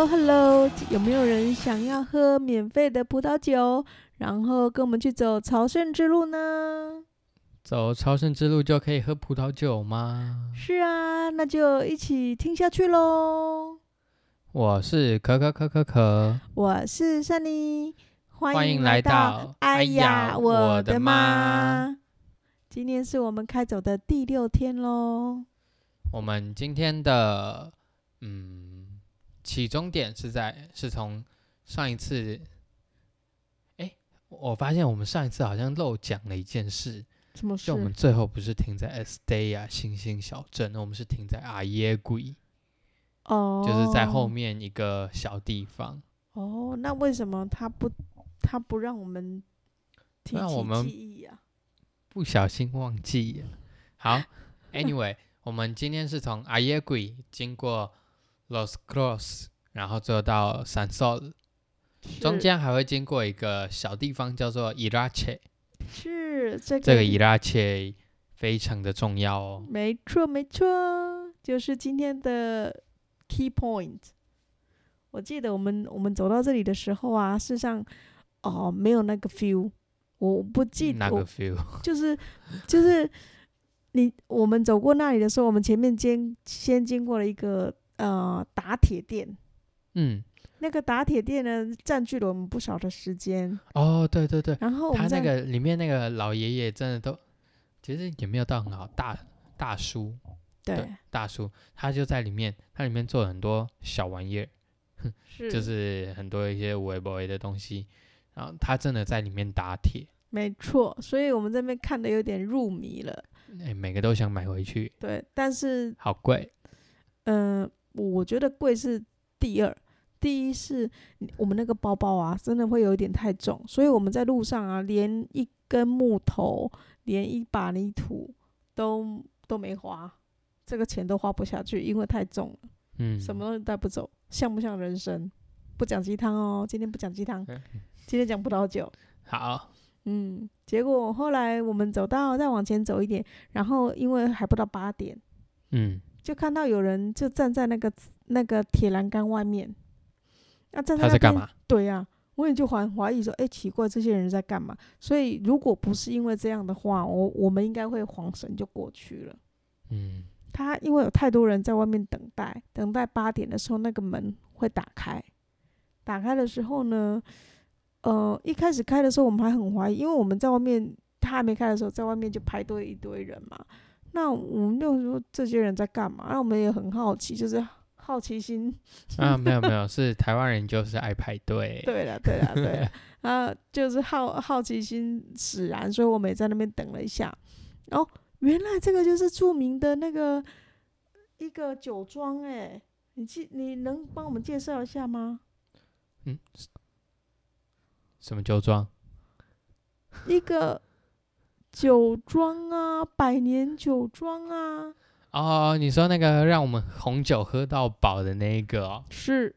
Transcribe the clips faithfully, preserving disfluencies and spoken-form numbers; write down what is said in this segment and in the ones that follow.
Hello Hello， 有没有人想要喝免费的葡萄酒，然后跟我们去走朝圣之路呢？ 走朝圣之路就可以喝葡萄酒吗？ 是啊，那就一起听下去咯。 我是可可可可可， 我是珊妮，欢欢迎来迎来到到哎哎呀呀我的我的妈！ 妈。 今天是我们开走的第六天咯。 我们今天的嗯起终点是在是从上一次，哎，我发现我们上一次好像漏讲了一件事， 什么就我们事？ 最后不是停在 Estella 星星小镇，我们是停在阿耶鬼， 哦， 就是在后面一个小地方。 哦，那为什么他不他不让我们提起那我们记忆啊？ 不小心忘记了。好，Anyway，我们今天是从阿耶鬼经过 Los Cross， 然后最后到 San Sol， 中间还会经过一个小地方叫做 Irache， 是这个这个 Irache 非常的重要哦。 没错没错，就是今天的 key point。我记得我们我们走到这里的时候啊，事实上哦没有那个 feel， 我不记得那个 feel， 就是就是你我们走过那里的时候，我们前面先先经过了一个呃打铁店， 嗯， 那个打铁店呢占据了我们不少的时间， 哦，对对对， 然后我们在他那个里面那个老爷爷真的都，其实也没有到很好，大大叔， 对大叔，他就在里面，他里面做了很多小玩意儿。 是就是很多一些微博的东西，然后他真的在里面打铁， 没错，所以我们这边看的有点入迷了， 哎，每个都想买回去， 对，但是好贵。 嗯、呃，我觉得贵是第二，第一是我们那个包包啊，真的会有一点太重，所以我们在路上啊，连一根木头，连一把泥土都都没花，这个钱都花不下去，因为太重了， 嗯， 什么东西带不走，像不像人生？不讲鸡汤哦，今天不讲鸡汤，今天讲葡萄酒。 好， 嗯，结果后来我们走到再往前走一点，然后因为还不到八点， 嗯， 就看到有人就站在那个那个铁栏杆外面，那、啊、站在那边他在干嘛？ 对呀、啊，我也就怀怀疑说，哎，奇怪，这些人在干嘛？所以如果不是因为这样的话，我我们应该会晃神就过去了。 嗯， 他因为有太多人在外面等待，等待八点的时候那个门会打开，打开的时候呢，呃，一开始开的时候我们还很怀疑，因为我们在外面，他还没开的时候，在外面就排队一堆人嘛。那我们就说这些人在干嘛？那我们也很好奇，就是好奇心。 啊，没有没有，是台湾人就是爱排队。 对了对了对了，啊，就是好好奇心使然，所以我们也在那边等了一下。然后原来这个就是著名的那个一个酒庄，哎，你记你能帮我们介绍一下吗？ 嗯，什么酒庄？ 一个酒庄啊，百年酒庄啊， 哦，你说那个让我们红酒喝到饱的那一个哦？ 是。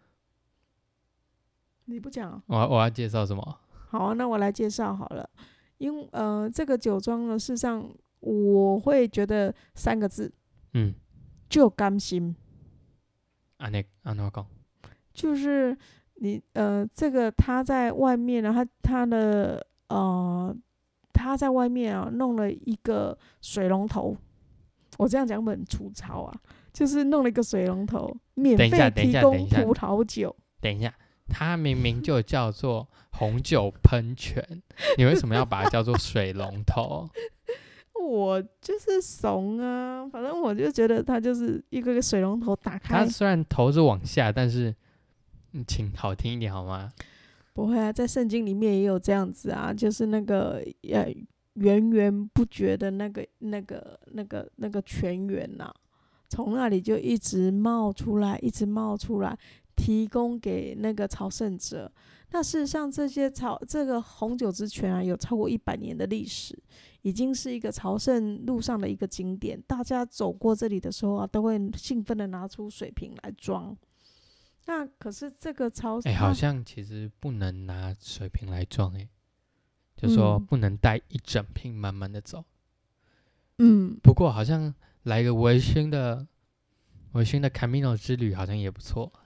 你不讲、啊， 我我要介绍什么？ 好、啊，那我来介绍好了。因为呃，这个酒庄呢，事实上我会觉得三个字， 嗯， 就甘心， 安内安怎讲？ 就是你呃，这个他在外面呢，他他的呃，他在外面啊弄了一个水龙头，我这样讲会不会很粗糙啊，就是弄了一个水龙头，免等一下费提等一下等一下供葡萄酒。 等一下，它明明就叫做红酒喷泉，你为什么要把它叫做水龙头？ 我就是怂啊，反正我就觉得它就是一个水龙头打开它，虽然头是往下，但是嗯，请好听一点好吗？ 不会啊，在圣经里面也有这样子啊，就是那个呃源源不绝的那个那个那个那个泉源呐、啊，从那里就一直冒出来，一直冒出来，提供给那个朝圣者。那事实上，这些朝这个红酒之泉啊，有超过一百年的历史，已经是一个朝圣路上的一个景点。大家走过这里的时候啊，都会兴奋的拿出水瓶来装。那可是这个朝哎、欸，好像其实不能拿水瓶来装，哎，就说不能带一整瓶慢慢的走。 嗯， 不过好像来个微醺的微醺的 Camino 之旅好像也不错。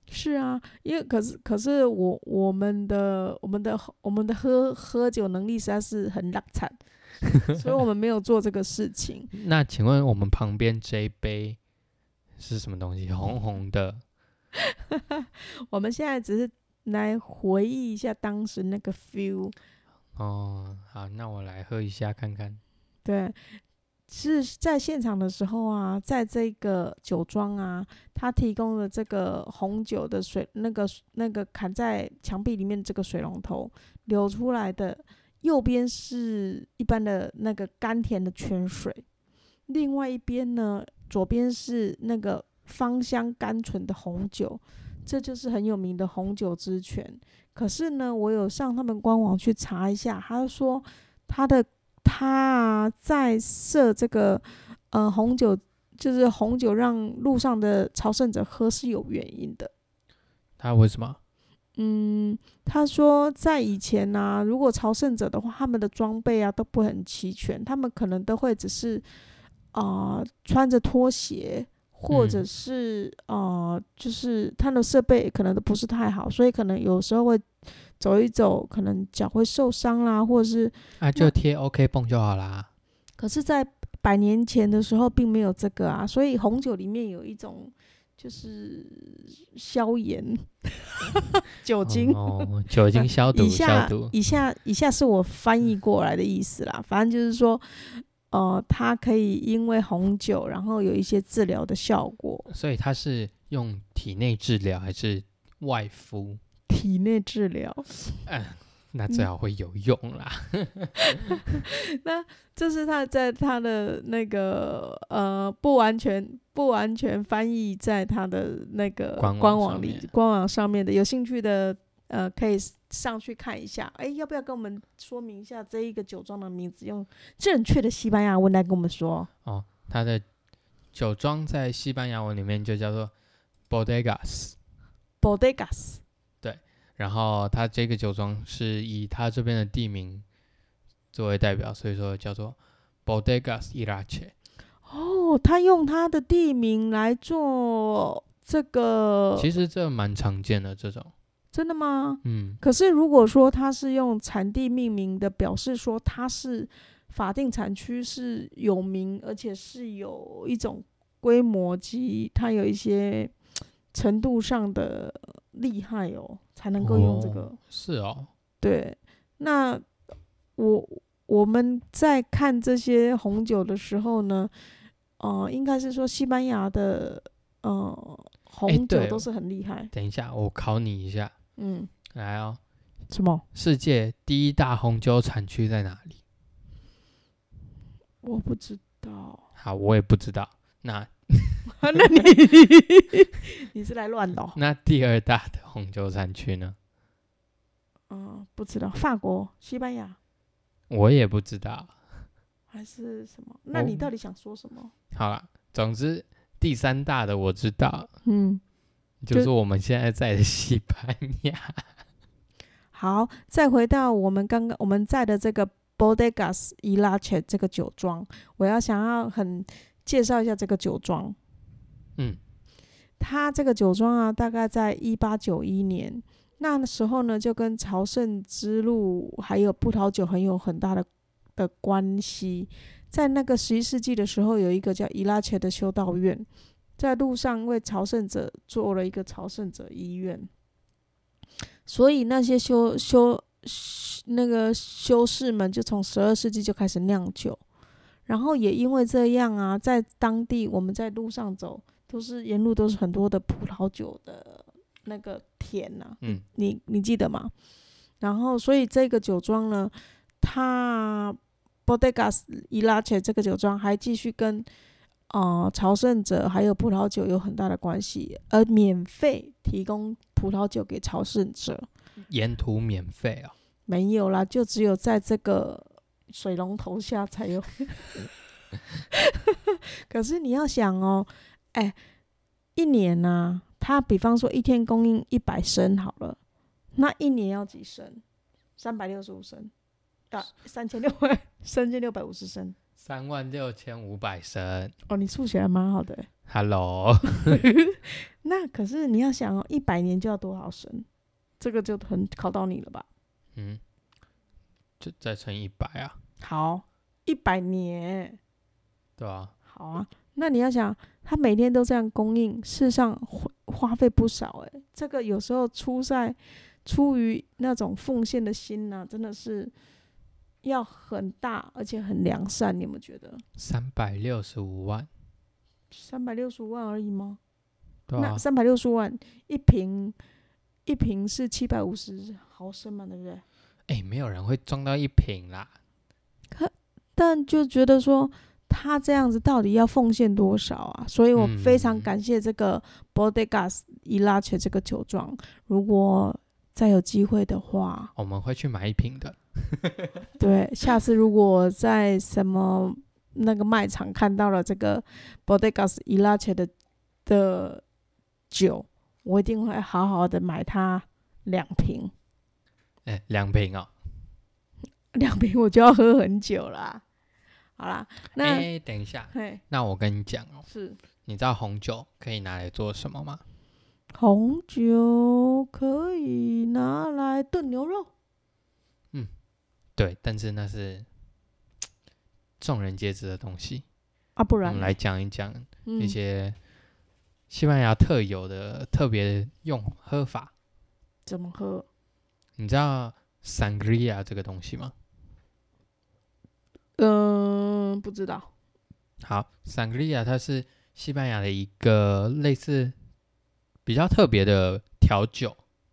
是啊，因为可是可是我我们的我们的我们的喝喝酒能力实在是很烂惨，所以我们没有做这个事情。 那请问我们旁边这一杯是什么东西？红红的。 我们现在只是来回忆一下当时那个 feel。 哦，好，那我来喝一下看看。 对，是在现场的时候啊，在这个酒庄啊，他提供的这个红酒的水，那个那个砍在墙壁里面这个水龙头流出来的，右边是一般的那个甘甜的泉水，另外一边呢，左边是那个芳香甘醇的红酒，这就是很有名的红酒之泉。可是呢，我有上他们官网去查一下，他说他的他啊，在设这个呃红酒，就是红酒让路上的朝圣者喝是有原因的。 他为什么？ 嗯，他说在以前啊，如果朝圣者的话，他们的装备啊都不很齐全，他们可能都会只是啊、呃、穿着拖鞋，或者是、嗯、呃就是他的设备可能都不是太好，所以可能有时候会走一走，可能脚会受伤啦，或者是啊，就贴 OK 绷就好啦。 可是，在百年前的时候，并没有这个啊，所以红酒里面有一种就是消炎酒精， 哦，酒精消毒， 以下消毒。 以下以下是我翻译过来的意思啦，反正就是说，呃，它可以因为红酒，然后有一些治疗的效果。 所以它是用体内治疗还是外敷？ 体内治疗， 嗯，那最好会有用啦。 那这是他在他的那个呃不完全不完全翻译在他的那个官网官网里上面官网上面的，有兴趣的呃可以上去看一下。哎，要不要跟我们说明一下这一个酒庄的名字，用正确的西班牙文来跟我们说？ 哦，它的酒庄在西班牙文里面就叫做 bodegas。 bodegas。 然后它这个酒庄是以它这边的地名作为代表，所以说叫做 bodegas Irache。 哦，他用他的地名来做这个， 其实这蛮常见的这种。 真的吗？ 嗯， 可是如果说它是用产地命名的，表示说它是法定产区是有名，而且是有一种规模及它有一些程度上的厉害哦，才能够用这个。 哦，是哦。 对，那我我们在看这些红酒的时候呢，呃，应该是说西班牙的呃红酒对都是很厉害。 等一下，我考你一下。 嗯， 来哦， 什么？ 世界第一大红酒产区在哪里？ 我不知道。 好，我也不知道。那那你你是来乱的、哦？ 那第二大的红酒产区呢？ 嗯，不知道。法国、西班牙我也不知道。 还是什么？那你到底想说什么？ 好啦，总之第三大的我知道， 嗯， 就是我们现在在的西班牙。 好，再回到我们刚刚我们在的这个 Bodegas Irache 这个酒庄，我要想要很介绍一下这个酒庄。 嗯， 它这个酒庄啊，大概在一八九一年，那时候呢，就跟朝圣之路还有葡萄酒很有很大的的关系。在那个十一世纪的时候，有一个叫伊拉切的修道院，在路上为朝圣者做了一个朝圣者医院，所以那些修修那个修士们就从十二世纪就开始酿酒，然后也因为这样啊，在当地我们在路上走，都是沿路都是很多的葡萄酒的那个田呐、啊， 嗯， 你你记得吗？然后所以这个酒庄呢，它 Bodegas Irache 这个酒庄还继续跟呃朝圣者还有葡萄酒有很大的关系，而免费提供葡萄酒给朝圣者。 沿途免费哦。 没有啦，就只有在这个水龙头下才有。可是你要想哦，哎，一年啊，它比方说一天供应一百升好了，那一年要几升？三百六十五升啊，三千六百三千六百五十升。 三万六千五百升。 哦，你数学还蛮好的。 Hello， 那可是你要想哦，一百年就要多少升？这个就很考到你了吧？ 嗯，就再乘一百啊， 好，一百年， 对啊， 好啊。那你要想，他每天都这样供应，事实上花花费不少哎。这个有时候出在出于那种奉献的心呢、真的是要很大，而且很良善。你有没有觉得？ 三百六十五万， 三百六十五万而已吗？ 对啊， 那三百六十万一瓶，一瓶是七百五十毫升嘛，对不对？ 哎，没有人会装到一瓶啦。 但就觉得说他这样子到底要奉献多少啊？所以我非常嗯， 感谢这个 Bodegas Ilache 这个酒庄。如果再有机会的话， 我们会去买一瓶的。 对，下次如果在什么那个卖场看到了这个 Bodegas Ilache 的的酒，我一定会好好的买它两瓶， 哎，两瓶哦。 两瓶我就要喝很久啦。好啦，那哎，等一下， 嘿那我跟你讲哦， 是你知道红酒可以拿来做什么吗？ 红酒可以拿来炖牛肉， 对，但是那是众人皆知的东西。 啊，不然我们来讲一讲一嗯， 些西班牙特有的特别用喝法。 怎么喝？ 你知道 sangria 这个东西吗？ 嗯、不知道。 好，sangria 它是西班牙的一个类似比较特别的调酒。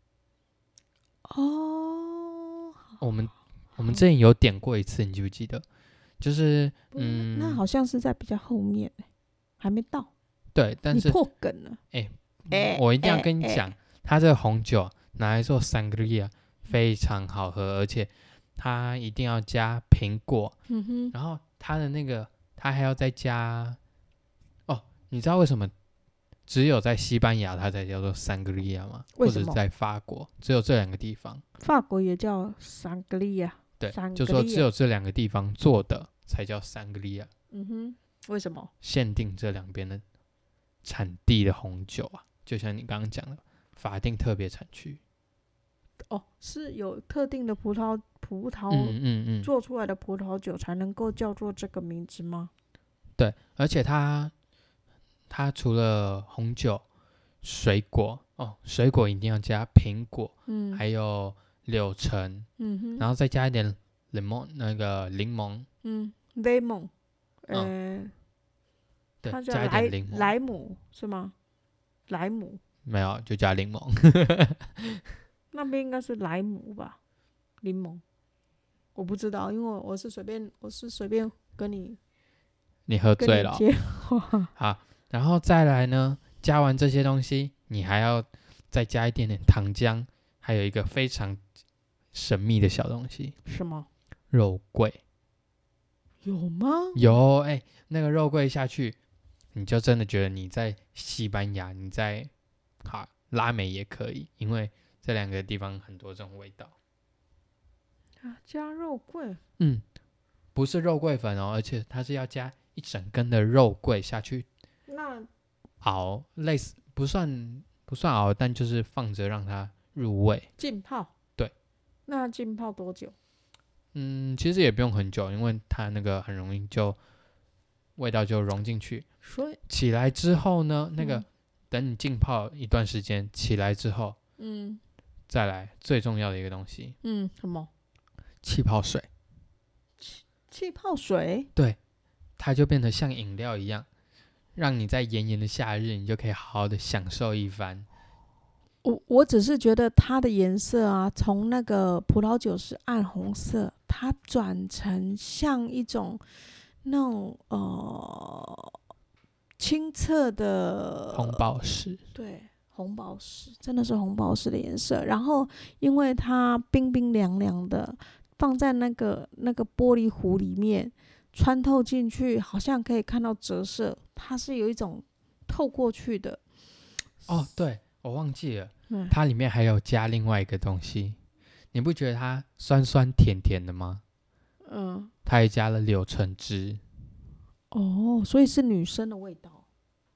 哦， 我们我们之前有点过一次，你记不记得？就是不是那嗯， 好像是在比较后面、欸、还没到， 对，但你是破梗了。 哎、 哎我一定要哎哎跟你讲，它这个红酒拿来做 sangria 非常好喝，而且它一定要加苹果， 嗯哼， 然后它的那个它还要再加哦，你知道为什么只有在西班牙它才叫做 sangria 吗？ 为什么或者是在法国，只有这两个地方。 法国也叫桑格利亚。 对， 桑就说格利亚只有这两个地方做的才叫 sangria， 嗯哼，为什么？ 限定这两边的产地的红酒啊，就像你刚刚讲的，法定特别产区。 哦，是有特定的葡萄葡萄嗯嗯嗯， 做出来的葡萄酒才能够叫做这个名字吗？ 对，而且它它除了红酒、水果哦，水果一定要加苹果， 嗯还有柳橙， 嗯哼， 然后再加一点 lemon 那个柠檬， 嗯，lemon，呃， 对， 它叫加一莱点柠檬， 莱姆是吗？莱姆没有就加柠檬。 那边应该是莱姆吧？柠檬我不知道，因为我是随便我是随便跟你你喝跟醉了哦、 你接话， 好，然后再来呢，加完这些东西，你还要再加一点点糖浆，还有一个非常神秘的小东西什么？ ——肉桂。 有吗？ 有，哎、那个肉桂下去，你就真的觉得你在西班牙，你在好拉美也可以，因为这两个地方很多这种味道。 啊加肉桂， 嗯，不是肉桂粉哦，而且它是要加一整根的肉桂下去那熬，类似不算不算熬，但就是放着让它入味。 浸泡？ 对， 那浸泡多久？ 嗯，其实也不用很久，因为它那个很容易就味道就融进去。 所以起来之后呢，那个、 嗯等你浸泡一段时间，起来之后嗯再来最重要的一个东西， 嗯，什么？ 气泡水， 气泡水？ 它就变得像饮料一样，让你在炎炎的夏日，你就可以好好的享受一番。 我我只是觉得它的颜色啊，从那个葡萄酒是暗红色，它转成像一种那种呃清澈的红宝石， 对，红宝石真的是红宝石的颜色。然后因为它冰冰凉凉的，放在那个那个玻璃壶里面，穿透进去，好像可以看到折射，它是有一种透过去的。 哦，对，我忘记了， 嗯， 它里面还有加另外一个东西，你不觉得它酸酸甜甜的吗？ 嗯， 它还加了柳橙汁。 哦，所以是女生的味道。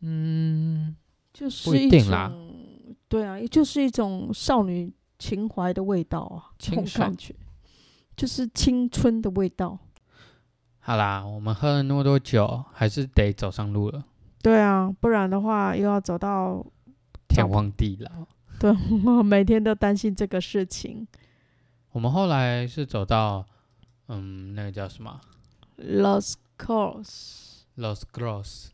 嗯， 就是不一一定啦， 种，对啊，就是一种少女情怀的味道啊，这种清爽感觉，就是青春的味道。 好啦，我们喝了那么多酒，还是得走上路了， 对啊，不然的话又要走到天荒地老。 对，我每天都担心这个事情。 我们后来是走到，嗯，那个叫什么 Los Cross，Los Los Gross，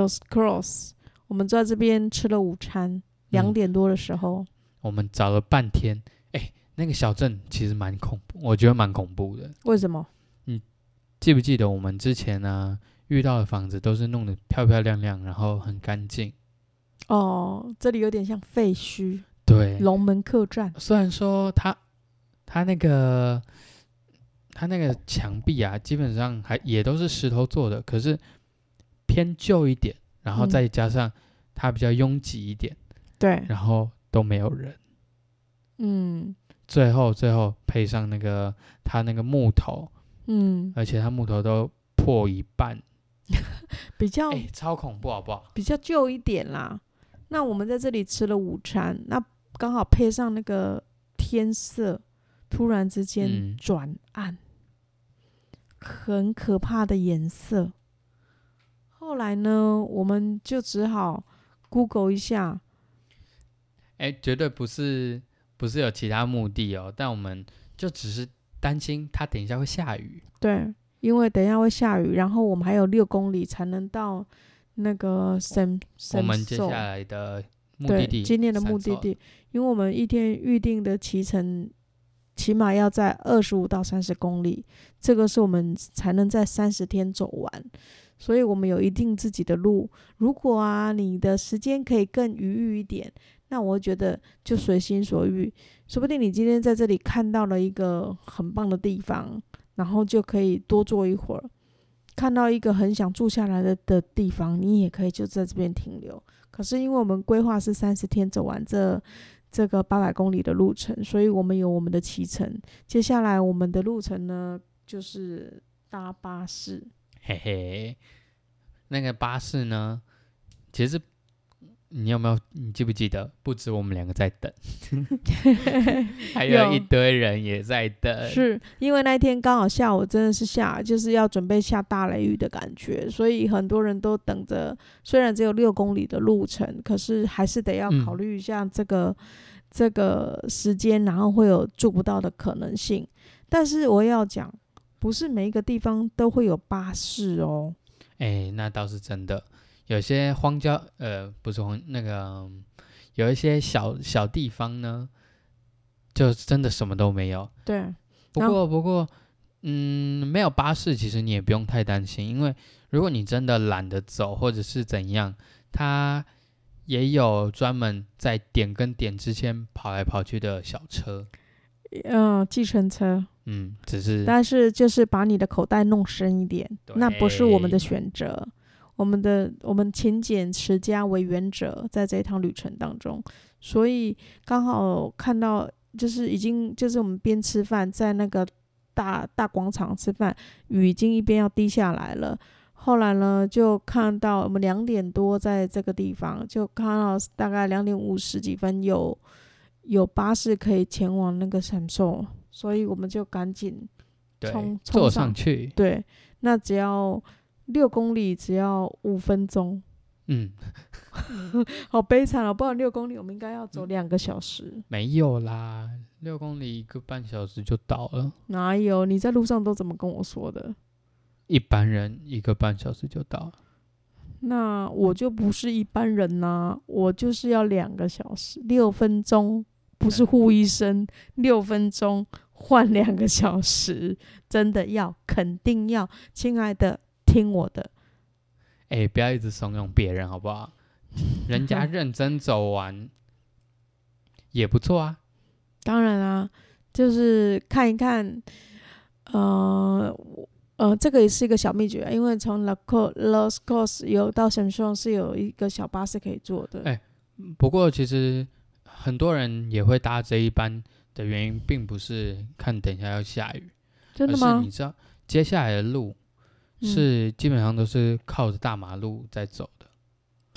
Cross，我们在这边吃了午餐，两嗯， 点多的时候。 我们找了半天，哎，那个小镇其实蛮恐怖，我觉得蛮恐怖的。 为什么？ 记不记得我们之前呢、遇到的房子都是弄得漂漂亮亮，然后很干净。 哦，这里有点像废墟， 对， 龙门客栈。 虽然说它它那个它那个墙壁啊，基本上还也都是石头做的，可是偏旧一点，然后再加上它比较拥挤一点， 对， 然后都没有人。 嗯最后最后配上那个它那个木头， 嗯， 而且它木头都破一半， 比较哎，超恐怖好不好？ 比较旧一点啦。那我们在这里吃了午餐，那刚好配上那个天色突然之间嗯， 转暗，很可怕的颜色。后来呢，我们就只好 Google 一下。 哎，绝对不是不是有其他目的哦，但我们就只是担心它等一下会下雨。 对，因为等一下会下雨，然后我们还有六公里才能到那个 Sam 我 Sam 们接下 So， 来的目的对， 地， 今天的目的地，因为我们一天预定的骑程起码要在二十五到三十公里，这个是我们才能在三十天走完，所以我们有一定自己的路。如果啊，你的时间可以更余裕一点，那我觉得就随心所欲，说不定你今天在这里看到了一个很棒的地方，然后就可以多坐一会儿。看到一个很想住下来的的地方，你也可以就在这边停留。可是因为我们规划是三十天走完这这个八百公里的路程，所以我们有我们的骑程。接下来我们的路程呢，就是搭巴士。 嘿嘿，那个巴士呢，其实你有没有？你记不记得？不止我们两个在等，还有一堆人也在等。 是因为那一天刚好下午真的是下，就是要准备下大雷雨的感觉，所以很多人都等着。虽然只有六公里的路程，可是还是得要考虑一下这个、嗯、这个时间，然后会有住不到的可能性。但是我要讲，不是每一个地方都会有巴士哦。 哎，那倒是真的。有些荒郊，呃，不是荒那个，有一些小小地方呢，就真的什么都没有。 对。 不过不过，嗯，没有巴士，其实你也不用太担心，因为如果你真的懒得走，或者是怎样，它也有专门在点跟点之间跑来跑去的小车。 嗯，计程车。 嗯，只是， 但是就是把你的口袋弄深一点，那不是我们的选择。我们的我们勤俭持家为原则，在这一趟旅程当中，所以刚好看到，就是已经就是我们边吃饭，在那个大大广场吃饭，雨已经一边要滴下来了。后来呢，就看到我们两点多在这个地方，就看到大概两点五十几分有有巴士可以前往那个闪烁，所以我们就赶紧冲坐上去。 对，那只要六公里只要五分钟， 嗯， 好悲惨哦！不然六公里我们应该要走两个小时。 没有啦，六公里一个半小时就到了。 哪有？你在路上都怎么跟我说的？ 一般人一个半小时就到了。 那我就不是一般人呐、啊，我就是要两个小时，六分钟，不是护医生，六分钟换两个小时，真的要，肯定要，亲爱的。听我的， 哎、欸，不要一直怂恿别人好不好？人家认真走完也不错啊。 当然啊，就是看一看，呃呃，这个也是一个小秘诀，因为从 Los Cross 有到神双是有一个小巴士可以坐的。 哎、欸，不过其实很多人也会搭这一班的原因，并不是看等一下要下雨， 真的吗？ 而是你知道接下来的路。是基本上都是靠着大马路在走的。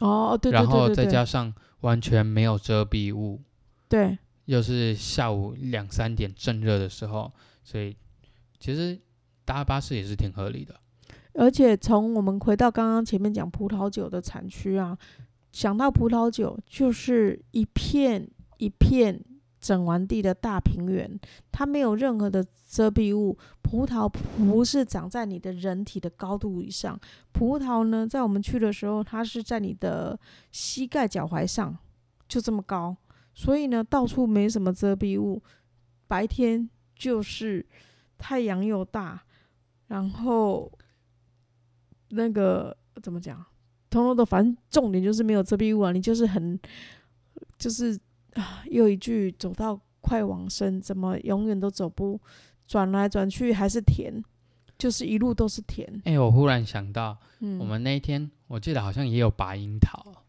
哦，对对对对对， 然后再加上完全没有遮蔽物， 对， 又是下午两三点正热的时候，所以其实搭巴士也是挺合理的。 而且从我们回到刚刚前面讲葡萄酒的产区啊，想到葡萄酒就是一片一片整完地的大平原，它没有任何的遮蔽物。葡萄不是长在你的人体的高度以上，葡萄呢，在我们去的时候，它是在你的膝盖脚踝上，就这么高。所以呢，到处没什么遮蔽物，白天就是太阳又大，然后那个怎么讲，通通的，反正重点就是没有遮蔽物啊，你就是很就是啊，又一句走到快往生，怎么永远都走不转来转去还是田，就是一路都是田。 哎、欸，我忽然想到， 嗯， 我们那一天我记得好像也有拔樱桃，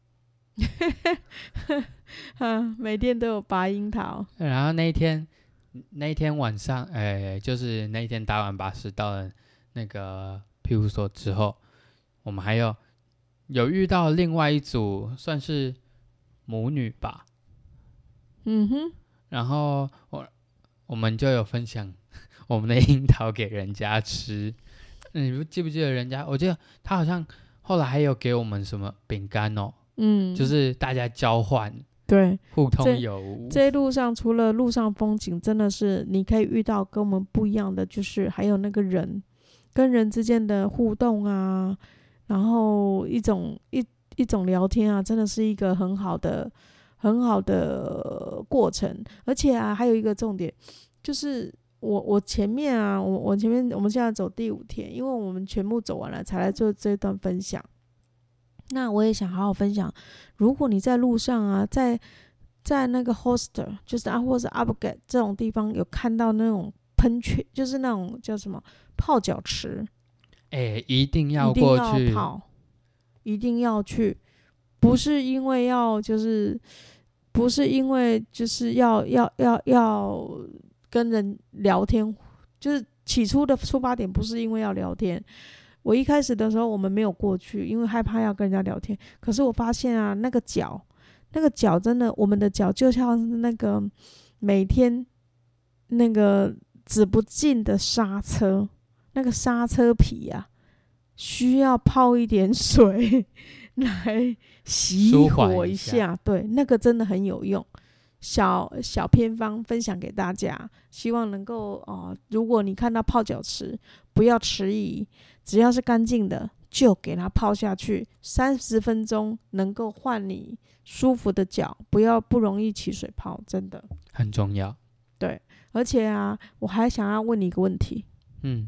啊，每天都有拔樱桃。 然后那一天那一天晚上，哎、欸，就是那一天搭完巴士到了那个庇护所之后，我们还有有遇到另外一组算是母女吧， 嗯哼， 然后我我们就有分享我们的樱桃给人家吃。你不记不记得人家？我记得他好像后来还有给我们什么饼干哦， 嗯， 就是大家交换， 对， 互通有无。 这一路上除了路上风景，真的是你可以遇到跟我们不一样的，就是还有那个人跟人之间的互动啊，然后一种一一种聊天啊，真的是一个很好的很好的过程。而且啊，还有一个重点就是。我我前面啊，我我前面我们现在走第五天，因为我们全部走完了才来做这段分享。那我也想好好分享，如果你在路上啊，在在那个 hostel 就是啊，或是 Abgate 这种地方有看到那种喷泉，就是那种叫什么泡脚池， 哎、欸，一定要过去， 一定要泡，一定要去，不是因为要就是不是因为就是要要要要。跟人聊天，就是起初的出发点不是因为要聊天。我一开始的时候我们没有过去，因为害怕要跟人家聊天。可是我发现啊，那个脚，那个脚真的，我们的脚就像是那个每天那个止不尽的刹车，那个刹车皮啊，需要泡一点水来熄火一下。 一下对，那个真的很有用。小小偏方分享给大家，希望能够哦、呃，如果你看到泡脚池，不要迟疑，只要是干净的就给它泡下去，三十分钟能够换你舒服的脚，不要不容易起水泡，真的很重要。 对，而且啊，我还想要问你一个问题， 嗯，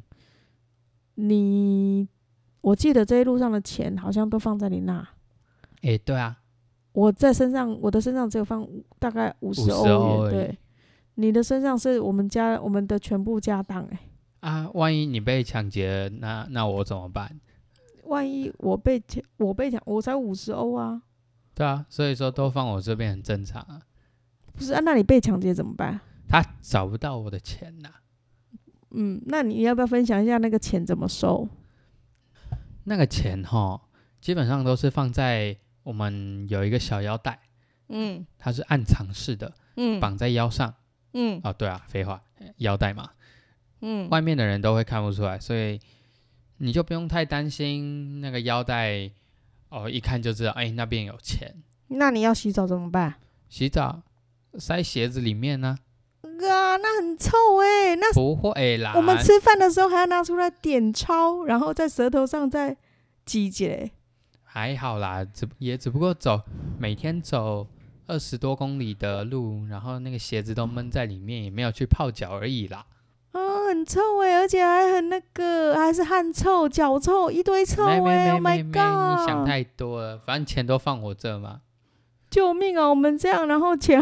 你我记得这一路上的钱好像都放在你那， 哎、欸，对啊。 我在身上，我的身上只有放大概五十欧元，对，你的身上是我们家我们的全部家当、欸，哎， 啊，万一你被抢劫了，那那我怎么办？ 万一我被抢，我被抢，我才五十欧啊， 对啊，所以说都放我这边很正常啊。 不是啊，那你被抢劫怎么办？ 他找不到我的钱呐、啊。 嗯，那你要不要分享一下那个钱怎么收？ 那个钱齁，基本上都是放在。我们有一个小腰带，嗯，它是暗藏式的，嗯，绑在腰上，嗯，哦，对啊，废话，腰带嘛，嗯，外面的人都会看不出来，所以你就不用太担心那个腰带，哦，一看就知道，哎，那边有钱。 那你要洗澡怎么办？ 洗澡塞鞋子里面呢、 啊。啊，那很臭哎、欸，那不会啦。 我们吃饭的时候还要拿出来点钞，然后在舌头上再挤起来。 还好啦，只也只不过走每天走二十多公里的路，然后那个鞋子都闷在里面，也没有去泡脚而已啦。 哦，很臭哎、欸，而且还很那个，还是汗臭、脚臭，一堆臭哎、欸、！Oh my god！ 你想太多了，反正钱都放我这嘛。 救命啊！我们这样，然后钱，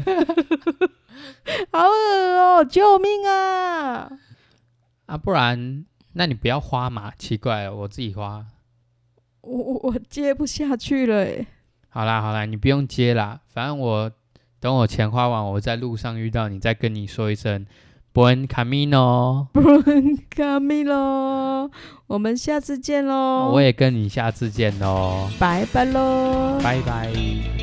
好恶哦！救命啊！ 啊，不然那你不要花嘛，奇怪了，我自己花。 我我我接不下去了哎！ 好啦好啦，你不用接啦，反正我等我钱花完，我在路上遇到你，再跟你说一声 Buen camino， Buen camino，我们下次见喽。 我也跟你下次见喽， 拜拜喽。 拜拜。